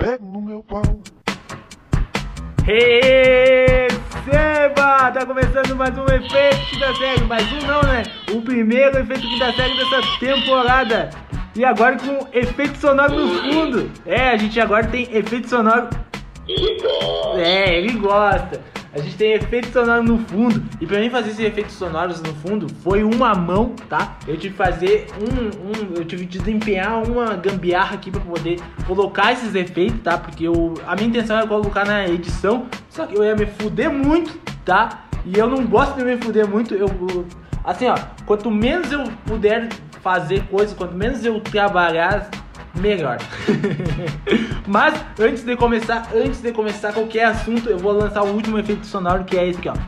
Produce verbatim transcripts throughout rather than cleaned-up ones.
pego no meu pau. Receba! Tá começando mais um Efeito Quinta Série. Mais um não, né? O primeiro Efeito Quinta Série dessa temporada. E agora com efeito sonoro no fundo. É, a gente agora tem efeito sonoro. É, ele gosta. A gente tem efeito sonoro no fundo. E pra mim fazer esses efeitos sonoros no fundo foi uma mão, tá? Eu tive que fazer um, um eu tive que desempenhar uma gambiarra aqui pra poder colocar esses efeitos, tá? Porque eu, a minha intenção era colocar na edição, só que eu ia me fuder muito, tá? E eu não gosto de me fuder muito. Eu, assim, ó, quanto menos eu puder fazer coisas, quanto menos eu trabalhar, melhor. Mas antes de começar, antes de começar qualquer assunto, eu vou lançar o último efeito sonoro, que é esse aqui, ó.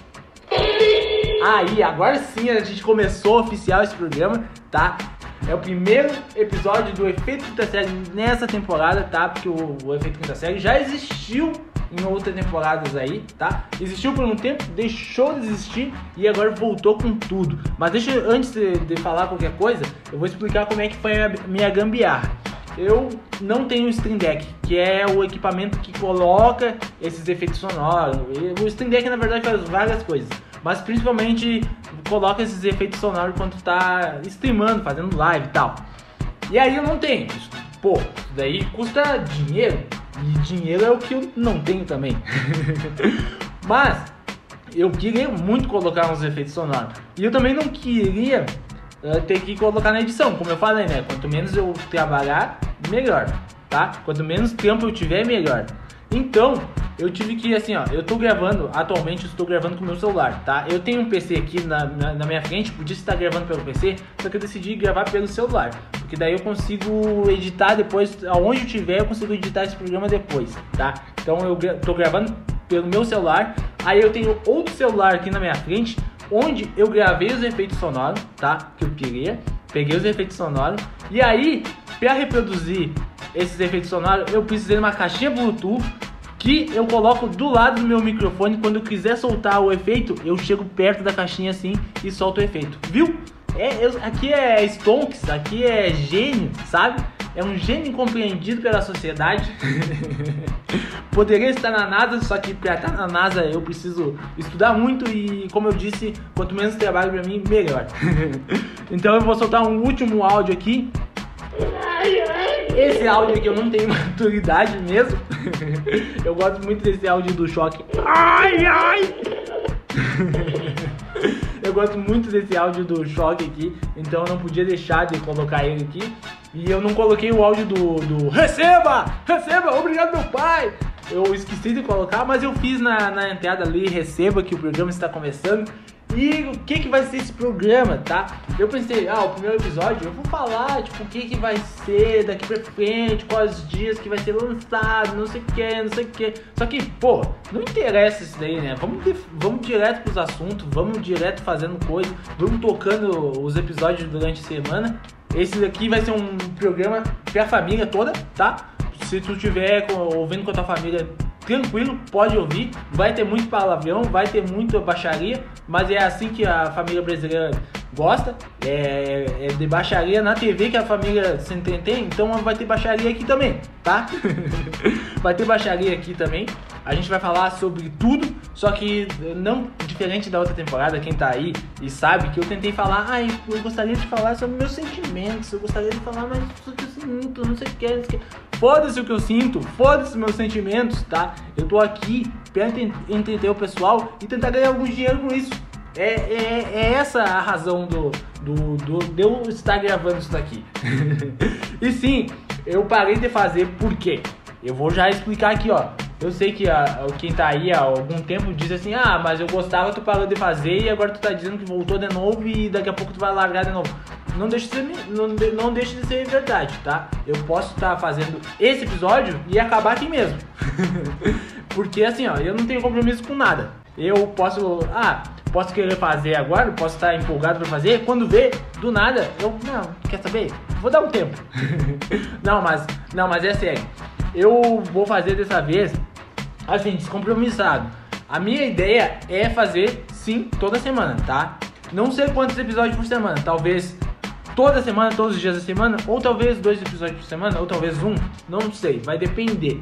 Aí, agora sim a gente começou oficial esse programa, tá? É o primeiro episódio do Efeito Quinta Série nessa temporada, tá? Porque o, o Efeito Quinta Série já existiu em outras temporadas aí, tá? Existiu por um tempo, deixou de existir e agora voltou com tudo. Mas deixa eu, antes de, de falar qualquer coisa, eu vou explicar como é que foi a minha gambiarra. Eu não tenho o Stream Deck, que é o equipamento que coloca esses efeitos sonoros. O Stream Deck, na verdade, faz várias coisas, mas principalmente coloca esses efeitos sonoros quando tá streamando, fazendo live e tal. E aí eu não tenho isso. Pô, isso daí custa dinheiro. E dinheiro é o que eu não tenho também. Mas eu queria muito colocar uns efeitos sonoros. E eu também não queria uh, ter que colocar na edição. Como eu falei, né? Quanto menos eu trabalhar, melhor, tá? Quanto menos tempo eu tiver, melhor. Então, eu tive que, assim, ó, eu tô gravando, atualmente eu estou gravando com o meu celular, tá? Eu tenho um P C aqui na, na, na minha frente, podia estar gravando pelo P C, só que eu decidi gravar pelo celular, porque daí eu consigo editar depois, aonde eu tiver, eu consigo editar esse programa depois, tá? Então eu gra- tô gravando pelo meu celular, aí eu tenho outro celular aqui na minha frente, onde eu gravei os efeitos sonoros, tá? Que eu queria, peguei os efeitos sonoros, e aí, pra reproduzir esses efeitos sonoros, eu precisei de uma caixinha Bluetooth, que eu coloco do lado do meu microfone. Quando eu quiser soltar o efeito, eu chego perto da caixinha assim e solto o efeito. Viu? É, eu, aqui é Stonks, aqui é gênio, sabe? É um gênio incompreendido pela sociedade. Poderia estar na NASA, só que para estar na NASA eu preciso estudar muito e, como eu disse, quanto menos trabalho para mim, melhor. Então eu vou soltar um último áudio aqui. Esse áudio aqui eu não tenho maturidade mesmo. Eu gosto muito desse áudio do choque. Ai, ai! Eu gosto muito desse áudio do choque aqui, então eu não podia deixar de colocar ele aqui. E eu não coloquei o áudio do, do receba! Receba! Obrigado, meu pai! Eu esqueci de colocar, mas eu fiz na, na entrada ali, receba, que o programa está começando. E o que que vai ser esse programa, tá? Eu pensei, ah, o primeiro episódio eu vou falar, tipo, o que que vai ser daqui pra frente, quais dias que vai ser lançado, não sei o que, não sei o que. Só que, pô, não interessa isso daí, né? Vamos, de, vamos direto pros assuntos, vamos direto fazendo coisa, vamos tocando os episódios durante a semana. Esse daqui vai ser um programa pra família toda, tá? Se tu estiver ouvindo com a tua família, tranquilo, pode ouvir. Vai ter muito palavrão, vai ter muita baixaria, mas é assim que a família brasileira gosta. É, é de baixaria na T V que a família se entretém, então vai ter baixaria aqui também, tá? Vai ter baixaria aqui também. A gente vai falar sobre tudo, só que não diferente da outra temporada. Quem tá aí e sabe que eu tentei falar, ai, ah, eu gostaria de falar sobre meus sentimentos, eu gostaria de falar mais sobre o que eu sinto, não sei o que, não sei o que. Foda-se o que eu sinto, foda-se meus sentimentos, tá? Eu tô aqui pra entreter o pessoal e tentar ganhar algum dinheiro com isso. É, é, é essa a razão do, do, do, de eu estar gravando isso daqui. E sim, eu parei de fazer por quê? Eu vou já explicar aqui, ó. Eu sei que a, quem tá aí há algum tempo diz assim, ah, mas eu gostava, tu parou de fazer e agora tu tá dizendo que voltou de novo e daqui a pouco tu vai largar de novo. Não deixe de ser, não, não deixe de ser verdade, tá? Eu posso estar fazendo esse episódio e acabar aqui mesmo. Porque assim, ó, eu não tenho compromisso com nada. Eu posso, ah, posso querer fazer agora, posso estar empolgado pra fazer, quando vê, do nada, eu, não, quer saber? Vou dar um tempo. Não, mas, não, mas é sério. Eu vou fazer dessa vez, assim, descompromissado. A minha ideia é fazer, sim, toda semana, tá? Não sei quantos episódios por semana, talvez toda semana, todos os dias da semana, ou talvez dois episódios por semana, ou talvez um, não sei, vai depender.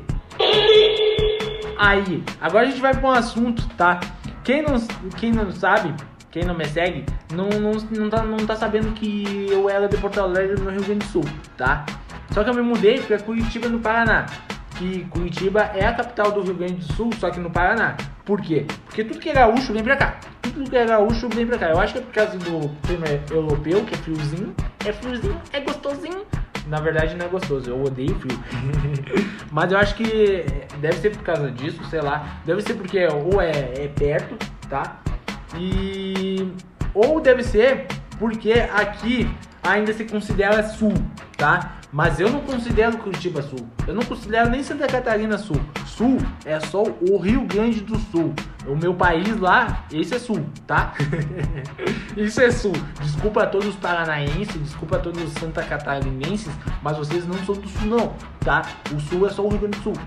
Aí, agora a gente vai para um assunto, tá? Quem não, quem não sabe, quem não me segue, não, não, não, tá, não tá sabendo que eu era de Porto Alegre, no Rio Grande do Sul, tá? Só que eu me mudei para Curitiba, no Paraná. Que Curitiba é a capital do Rio Grande do Sul, só que no Paraná. Por quê? Porque tudo que é gaúcho vem pra cá. Tudo que é gaúcho vem pra cá. Eu acho que é por causa do clima europeu, que é friozinho. É friozinho, é gostosinho. Na verdade não é gostoso, eu odeio frio. Mas eu acho que deve ser por causa disso, sei lá. Deve ser porque ou é, é perto, tá? E... ou deve ser porque aqui ainda se considera sul, tá? Mas eu não considero Curitiba sul. Eu não considero nem Santa Catarina sul. Sul é só o Rio Grande do Sul. O meu país lá, esse é sul, tá? Isso é sul. Desculpa a todos os paranaenses, desculpa a todos os santa catarinenses, mas vocês não são do sul não, tá? O sul é só o Rio Grande do Sul.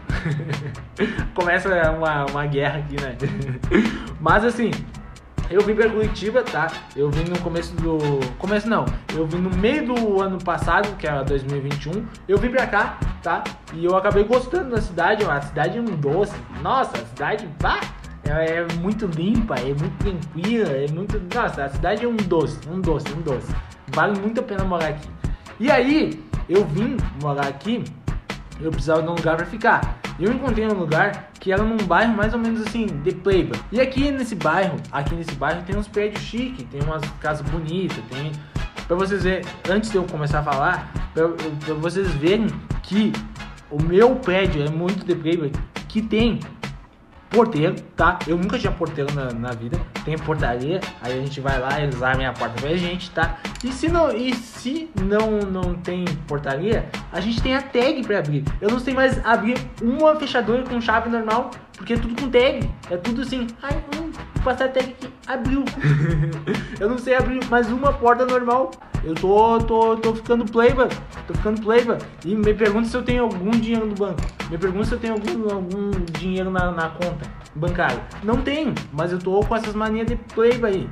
Começa uma, uma guerra aqui, né? Mas assim... eu vim pra Curitiba, tá? Eu vim no começo do... começo não. Eu vim no meio do ano passado, que era dois mil e vinte e um. Eu vim pra cá, tá? E eu acabei gostando da cidade. A cidade é um doce. Nossa, a cidade, pá! É, é muito limpa, é muito tranquila, é muito... nossa, a cidade é um doce, um doce, um doce. Vale muito a pena morar aqui. E aí, eu vim morar aqui, eu precisava de um lugar pra ficar. Eu encontrei um lugar que era num bairro mais ou menos assim, de Pleiba. E aqui nesse bairro, aqui nesse bairro tem uns prédios chiques, tem umas casas bonitas, tem... pra vocês verem, antes de eu começar a falar, pra, pra vocês verem que o meu prédio é muito de Pleiba, que tem porteiro, tá? Eu nunca tinha porteiro na, na vida. Tem portaria, aí a gente vai lá, eles abrem a porta pra gente, tá? E se não, e se não, não tem portaria, a gente tem a tag pra abrir. Eu não sei mais abrir uma fechadura com chave normal, porque é tudo com tag. É tudo assim, ai, hum, passar a tag aqui, abriu. Eu não sei abrir mais uma porta normal. Eu tô, tô, tô ficando playba, tô ficando playba. E me pergunta se eu tenho algum dinheiro no banco. Me pergunta se eu tenho algum, algum dinheiro na, na conta bancária. Não tenho, mas eu tô com essas manias de playba aí.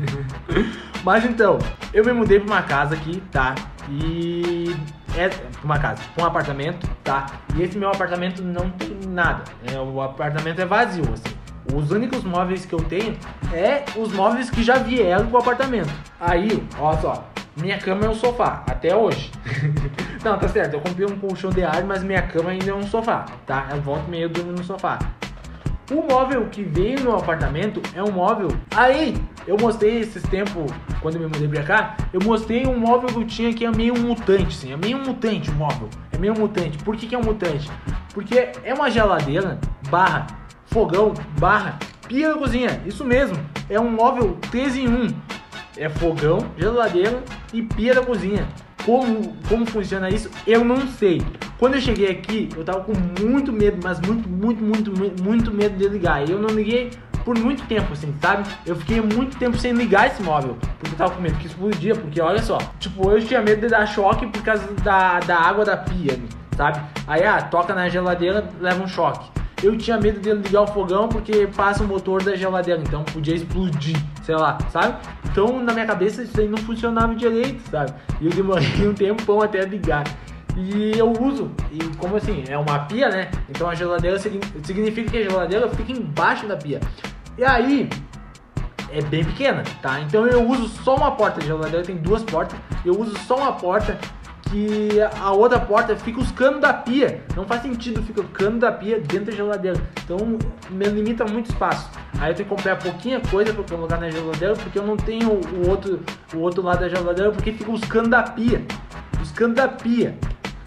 Mas então, eu me mudei pra uma casa aqui, tá? E... é uma casa, um apartamento, tá? E esse meu apartamento não tem nada. É, o apartamento é vazio, assim. Os únicos móveis que eu tenho é os móveis que já vieram pro apartamento. Aí, ó só, minha cama é um sofá, até hoje. Não, tá certo, eu comprei um colchão de ar, mas minha cama ainda é um sofá, tá? Eu volto meio dormindo no sofá. O móvel que veio no apartamento é um móvel... aí, eu mostrei esses tempos, quando eu me mudei pra cá, eu mostrei um móvel que eu tinha que é meio mutante, assim. É meio mutante o móvel, é meio mutante. Por que que é um mutante? Porque é uma geladeira, barra, fogão, barra, pia da cozinha. Isso mesmo, é um móvel três em um. É fogão, geladeira e pia da cozinha. Como, como funciona isso, eu não sei. Quando eu cheguei aqui, eu tava com muito medo, mas muito, muito, muito, muito medo de ligar. E eu não liguei por muito tempo, assim, sabe? Eu fiquei muito tempo sem ligar esse móvel, porque eu tava com medo que explodia, porque olha só, tipo, eu tinha medo de dar choque por causa da, da água da pia, sabe? Aí, ah, toca na geladeira, leva um choque. Eu tinha medo de ligar o fogão porque passa o motor da geladeira, então podia explodir, sei lá, sabe? Então na minha cabeça isso aí não funcionava direito, sabe? E eu demorei um tempão até ligar. E eu uso, e como assim, é uma pia, né? Então a geladeira significa que a geladeira fica embaixo da pia. E aí, é bem pequena, tá? Então eu uso só uma porta, a geladeira tem duas portas, eu uso só uma porta, que a outra porta fica os canos da pia. Não faz sentido, fica o cano da pia dentro da geladeira. Então me limita muito espaço. Aí eu tenho que comprar pouquinha coisa para colocar na geladeira, porque eu não tenho o outro, o outro lado da geladeira, porque fica os canos da pia. Os canos da pia.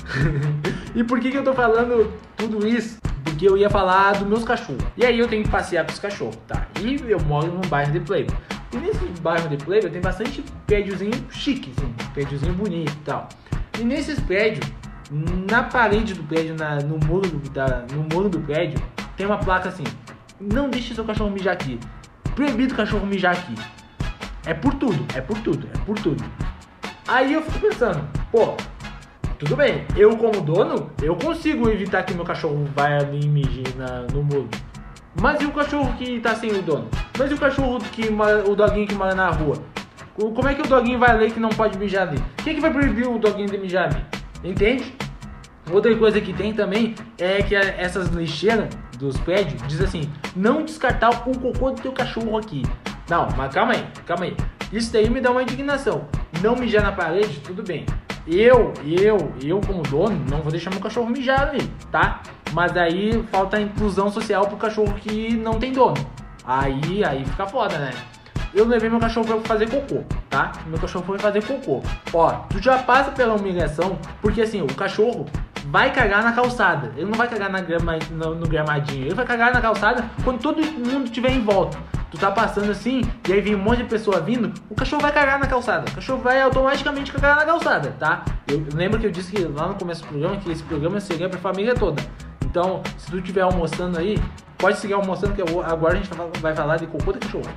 E por que que eu tô falando tudo isso? Porque eu ia falar dos meus cachorros. E aí eu tenho que passear com os cachorros, tá? E eu moro num bairro de Pleiba. E nesse bairro de Pleiba tem bastante prédiozinho chique, assim, prédiozinho bonito e tal. E nesses prédios, na parede do prédio, na, no, muro do, da, no muro do prédio, tem uma placa assim: não deixe seu cachorro mijar aqui. Proibido o cachorro mijar aqui. É por tudo, é por tudo, é por tudo. Aí eu fico pensando, pô, tudo bem, eu como dono, eu consigo evitar que meu cachorro vá ali e mije na, no muro. Mas e o cachorro que tá sem o dono? Mas e o cachorro que o doguinho que mora na rua? Como é que o doguinho vai ler que não pode mijar ali? Quem que vai proibir o doguinho de mijar ali? Entende? Outra coisa que tem também é que essas lixeiras dos prédios diz assim, não descartar o cocô do teu cachorro aqui. Não, mas calma aí, calma aí. Isso daí me dá uma indignação. Não mijar na parede, tudo bem. Eu, eu, eu como dono, não vou deixar meu cachorro mijar ali, tá? Mas aí falta a inclusão social pro cachorro que não tem dono. Aí, aí fica foda, né? Eu levei meu cachorro pra fazer cocô, tá? Meu cachorro foi fazer cocô. Ó, tu já passa pela humilhação, porque assim, o cachorro vai cagar na calçada. Ele não vai cagar na grama, no, no gramadinho. Ele vai cagar na calçada quando todo mundo estiver em volta. Tu tá passando assim, e aí vem um monte de pessoa vindo, o cachorro vai cagar na calçada. O cachorro vai automaticamente cagar na calçada, tá? Eu, eu lembro que eu disse que lá no começo do programa, que esse programa seria pra família toda. Então, se tu estiver almoçando aí, pode seguir almoçando, que eu vou, agora a gente vai falar de cocô de cachorro.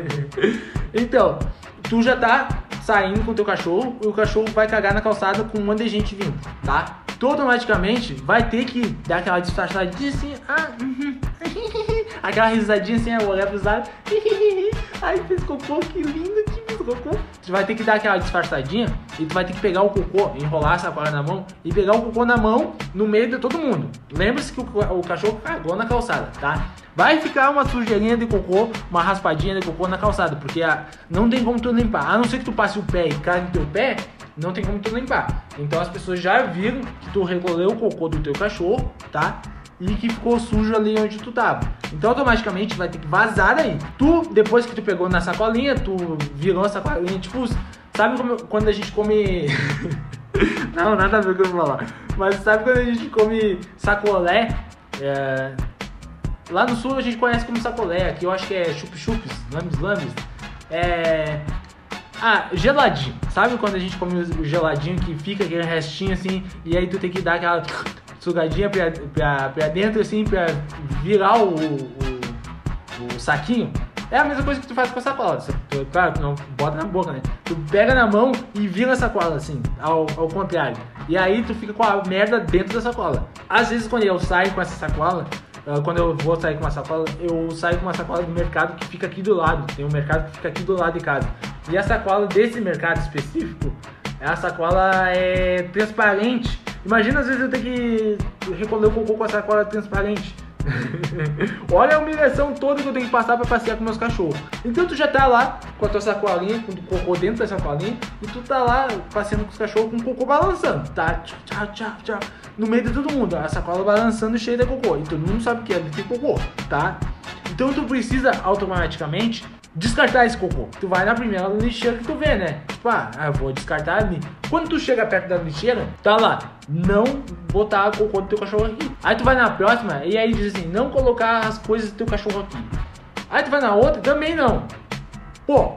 Então, tu já tá saindo com o teu cachorro, e o cachorro vai cagar na calçada com um monte de gente vindo, tá? Tu automaticamente vai ter que dar aquela disfarçadinha assim, ah, uhum, aquela risadinha assim, eu olhar pros lados, ai, fez cocô, que lindo que fez cocô. Tu vai ter que dar aquela disfarçadinha e tu vai ter que pegar o cocô, enrolar a sacola na mão e pegar o cocô na mão no meio de todo mundo. Lembre-se que o, o cachorro cagou na calçada, tá? Vai ficar uma sujeirinha de cocô, uma raspadinha de cocô na calçada, porque a, não tem como tu limpar, a não ser que tu passe o pé e cague no teu pé, não tem como tu limpar. Então as pessoas já viram que tu recolheu o cocô do teu cachorro, tá? E que ficou sujo ali onde tu tava. Então automaticamente vai ter que vazar daí. Tu, depois que tu pegou na sacolinha, tu virou a sacolinha, tipo, sabe como, quando a gente come... Não, nada a ver com o que eu vou falar. Mas sabe quando a gente come sacolé? É... Lá no sul a gente conhece como sacolé, aqui eu acho que é chup-chups, lames-lames. É... Ah, geladinho. Sabe quando a gente come o geladinho que fica aquele restinho assim, e aí tu tem que dar aquela sugadinha pra, pra, pra dentro assim, pra virar o, o, o saquinho? É a mesma coisa que tu faz com a sacola. Tu, claro, tu não bota na boca, né? Tu pega na mão e vira a sacola assim, ao, ao contrário. E aí tu fica com a merda dentro da sacola. Às vezes quando eu saio com essa sacola, quando eu vou sair com uma sacola, eu saio com uma sacola do mercado que fica aqui do lado. Tem um mercado que fica aqui do lado de casa. E a sacola desse mercado específico, a sacola é transparente. Imagina às vezes eu ter que recolher o cocô com a sacola transparente. Olha a humilhação toda que eu tenho que passar pra passear com meus cachorros. Então tu já tá lá com a tua sacolinha, com o cocô dentro da sacolinha, e tu tá lá passeando com os cachorros com o cocô balançando, tá? Tchau, tchau, tchau. No meio de todo mundo, a sacola balançando cheia de cocô. E todo mundo sabe que é de cocô, tá? Então tu precisa automaticamente descartar esse cocô. Tu vai na primeira lixeira que tu vê, né? Tipo, ah, eu vou descartar ali. Quando tu chega perto da lixeira, tá lá, não botar o cocô do teu cachorro aqui. Aí tu vai na próxima e aí diz assim, não colocar as coisas do teu cachorro aqui. Aí tu vai na outra, também não. Pô,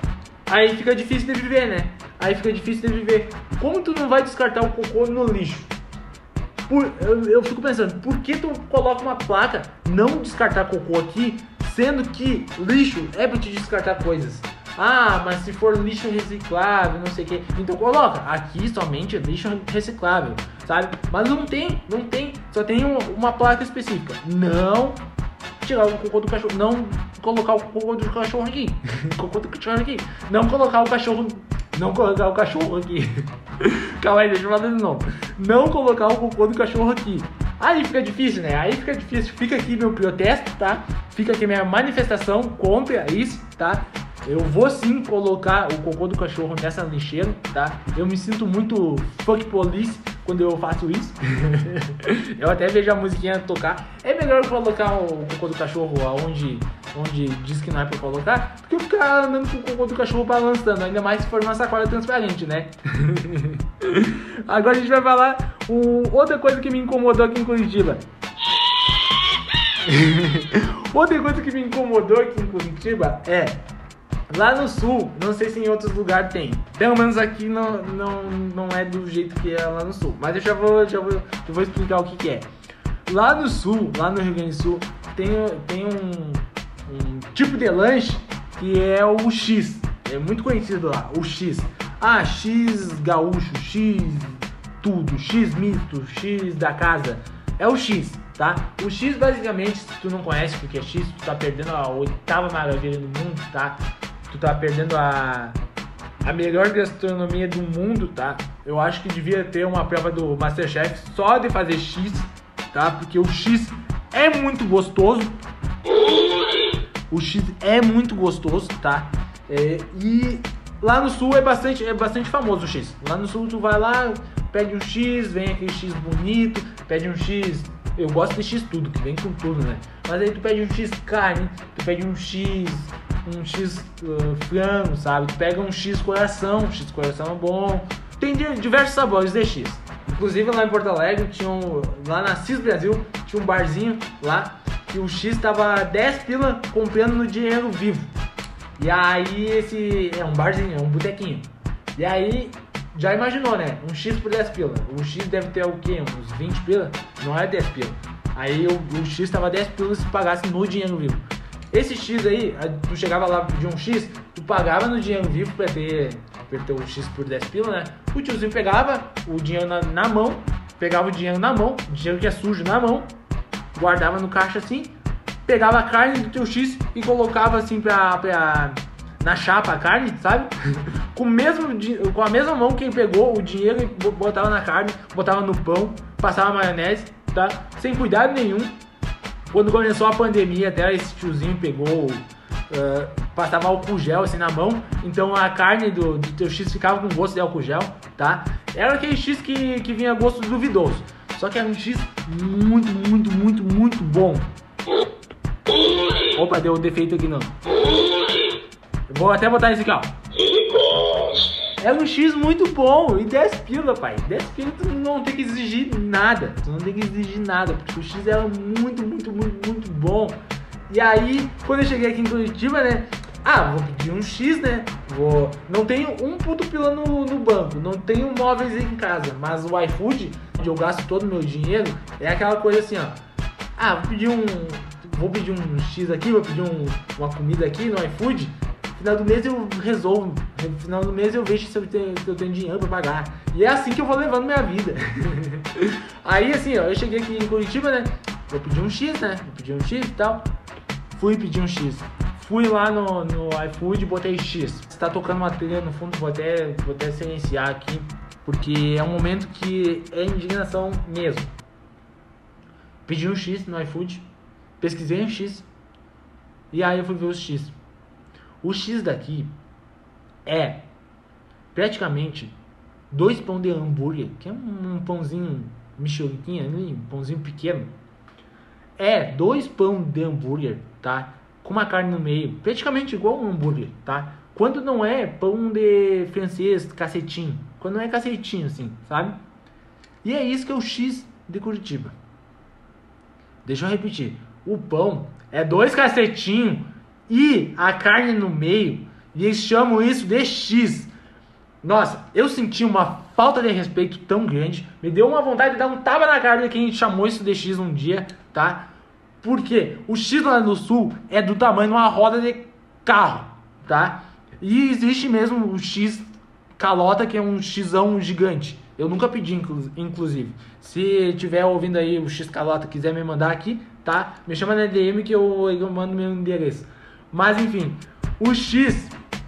aí fica difícil de viver, né? Aí fica difícil de viver. Como tu não vai descartar o cocô no lixo? Por, eu, eu fico pensando, por que tu coloca uma placa, não descartar cocô aqui, sendo que lixo é pra te descartar coisas? Ah, mas se for lixo reciclável, não sei o que, então coloca, aqui somente lixo reciclável, sabe? Mas não tem, não tem, só tem um, uma placa específica. Não tirar o cocô do cachorro, não colocar o cocô do cachorro aqui, cocô do cachorro aqui, não colocar o cachorro, não colocar o cachorro aqui. Calma aí, deixa eu falar de novo. Não colocar o cocô do cachorro aqui. Aí fica difícil, né? Aí fica difícil. Fica aqui meu protesto, tá? Fica aqui minha manifestação contra isso, tá? Eu vou sim colocar o cocô do cachorro nessa lixeira, tá? Eu me sinto muito fuck police quando eu faço isso. Eu até vejo a musiquinha tocar. É melhor colocar o cocô do cachorro aonde onde diz que não é pra colocar, do que ficar andando com o cocô do cachorro balançando, ainda mais se for uma sacola transparente, né? Agora a gente vai falar um, outra coisa que me incomodou aqui em Curitiba. Outra coisa que me incomodou aqui em Curitiba é, lá no sul, não sei se em outros lugares tem, pelo menos aqui não, não, não é do jeito que é lá no sul, mas eu já vou, já vou, eu vou explicar o que, que é. Lá no sul, lá no Rio Grande do Sul, tem, tem um, um tipo de lanche que é o X, é muito conhecido lá, o X. Ah, X gaúcho, X tudo, X mito, X da casa, é o X, tá? O X basicamente, se tu não conhece o que é X, tu tá perdendo a oitava maravilha do mundo, tá? Tu tá perdendo a, a melhor gastronomia do mundo, tá? Eu acho que devia ter uma prova do MasterChef só de fazer X, tá? Porque o X é muito gostoso. O X é muito gostoso, tá? É, e lá no sul é bastante, é bastante famoso o X. Lá no sul tu vai lá, pede um X, vem aquele X bonito, pede um X... Eu gosto de X tudo, que vem com tudo, né? Mas aí tu pede um X carne, tu pede um X, um X uh, frango, sabe? Tu pega um X coração, um X coração é bom. Tem diversos sabores de X. Inclusive lá em Porto Alegre, tinha um, lá na Cis Brasil, tinha um barzinho lá, que o X tava dez pila comprando no dinheiro vivo. E aí esse... é um barzinho, é um botequinho. E aí... já imaginou, né? Um X por dez pila. O X deve ter o quê? Uns vinte pila? Não é dez pila. Aí o, o X tava dez pila se pagasse no dinheiro vivo. Esse X aí, tu chegava lá e pedia um X, tu pagava no dinheiro vivo pra ter, pra ter o X por dez pila, né? O tiozinho pegava o dinheiro na, na mão, pegava o dinheiro na mão, o dinheiro que é sujo na mão, guardava no caixa assim, pegava a carne do teu X e colocava assim pra... pra na chapa a carne, sabe? com, o mesmo, com a mesma mão que ele pegou o dinheiro e botava na carne, botava no pão, passava maionese, tá? Sem cuidado nenhum. Quando começou a pandemia, até esse tiozinho pegou, uh, passava álcool gel assim na mão, então a carne do, do teu X ficava com gosto de álcool gel, tá? Era aquele X que, que vinha gosto duvidoso, só que era um X muito, muito, muito, muito bom. Opa, deu um defeito aqui não. Vou até botar esse aqui, ó. É um X muito bom. E dez pila, pai. dez pila tu não tem que exigir nada. Tu não tem que exigir nada. Porque o X era muito, muito, muito, muito bom. E aí, quando eu cheguei aqui em Curitiba, né? Ah, vou pedir um X, né? Vou... Não tenho um puto pila no, no banco. Não tenho móveis em casa. Mas o iFood, onde eu gasto todo o meu dinheiro, é aquela coisa assim, ó. Ah, vou pedir um... Vou pedir um X aqui, vou pedir um, uma comida aqui no iFood. No final do mês eu resolvo, no final do mês eu vejo se eu tenho, se eu tenho dinheiro pra pagar. E é assim que eu vou levando minha vida. Aí assim, ó, eu cheguei aqui em Curitiba, né? Vou pedir um X, né? Vou pedir um X e tal. Fui pedir um X. Fui lá no, no iFood e botei X. Tá tocando uma trilha no fundo, vou até, vou até silenciar aqui. Porque é um momento que é indignação mesmo. Pedi um X no iFood. Pesquisei um X. E aí eu fui ver os X. O X daqui é praticamente dois pão de hambúrguer, que é um, um pãozinho michelitinho ali, um pãozinho pequeno. É dois pão de hambúrguer, tá? Com uma carne no meio, praticamente igual um hambúrguer, tá? Quando não é pão de francês, cacetinho. Quando não é cacetinho, assim, sabe? E é isso que é o X de Curitiba. Deixa eu repetir. O pão é dois cacetinhos e a carne no meio, e eles chamam isso de X. Nossa, eu senti uma falta de respeito tão grande, me deu uma vontade de dar um tapa na cara de quem chamou isso de X um dia, tá? Porque o X lá no sul é do tamanho de uma roda de carro, tá? E existe mesmo o X calota, que é um Xão gigante. Eu nunca pedi, inclusive. Se tiver ouvindo aí o X calota, quiser me mandar aqui, tá? Me chama na D M que eu, eu mando meu endereço. Mas enfim, o X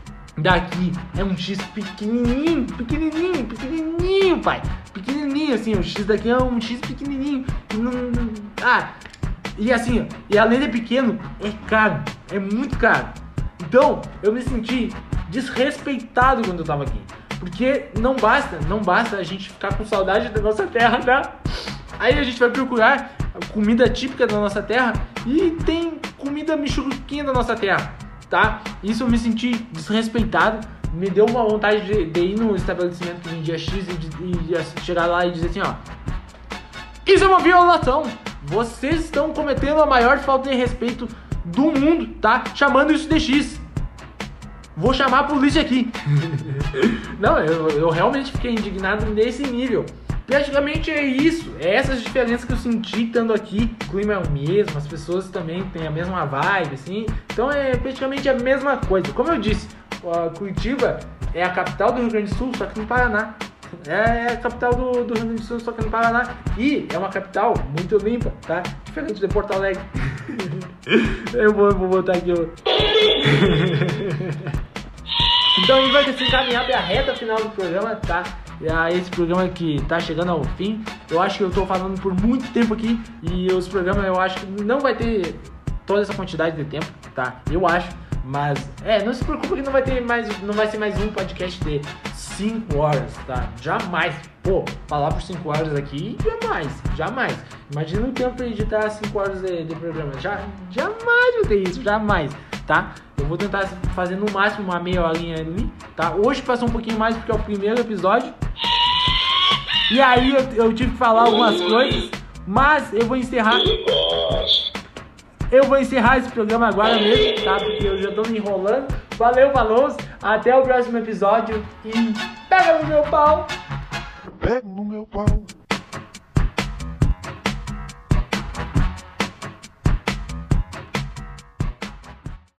daqui é um X pequenininho, pequenininho, pequenininho, pai. Pequenininho, assim, o X daqui é um X pequenininho. E não, ah, e assim, e além de pequeno, é caro, é muito caro. Então, eu me senti desrespeitado quando eu tava aqui. Porque não basta, não basta a gente ficar com saudade da nossa terra, tá? Aí a gente vai procurar comida típica da nossa terra e tem comida michuruquinha da nossa terra, tá? Isso eu me senti desrespeitado, me deu uma vontade de, de ir no estabelecimento que vendia X e, de, e de chegar lá e dizer assim, ó, isso é uma violação, vocês estão cometendo a maior falta de respeito do mundo, tá? Chamando isso de X. Vou chamar a polícia aqui. Não, eu, eu realmente fiquei indignado nesse nível. Praticamente é isso, é essas diferenças que eu senti estando aqui. O clima é o mesmo, as pessoas também têm a mesma vibe, assim. Então é praticamente a mesma coisa. Como eu disse, Curitiba é a capital do Rio Grande do Sul, só que no Paraná. É a capital do, do Rio Grande do Sul, só que no Paraná. E é uma capital muito limpa, tá? Diferente de Porto Alegre. eu, vou, eu vou botar aqui o... Então a gente vai ter que encaminhar para a reta final do programa, tá? Esse programa que tá chegando ao fim. Eu acho que eu tô falando por muito tempo aqui. E os programas eu acho que não vai ter toda essa quantidade de tempo, tá? Eu acho. Mas, é, não se preocupe que não vai ter mais, não vai ser mais um podcast de cinco horas, tá? Jamais. Pô, falar por cinco horas aqui, jamais, jamais. Imagina o tempo pra editar cinco horas de, de programa. Já, jamais vou ter isso, jamais, tá? Eu vou tentar fazer no máximo uma meia horinha ali, tá? Hoje passou um pouquinho mais porque é o primeiro episódio. E aí eu, eu tive que falar algumas coisas, mas eu vou encerrar... Eu vou encerrar esse programa agora mesmo, tá? Porque eu já tô me enrolando. Valeu, falou, até o próximo episódio e pega no meu pau! Pega no meu pau!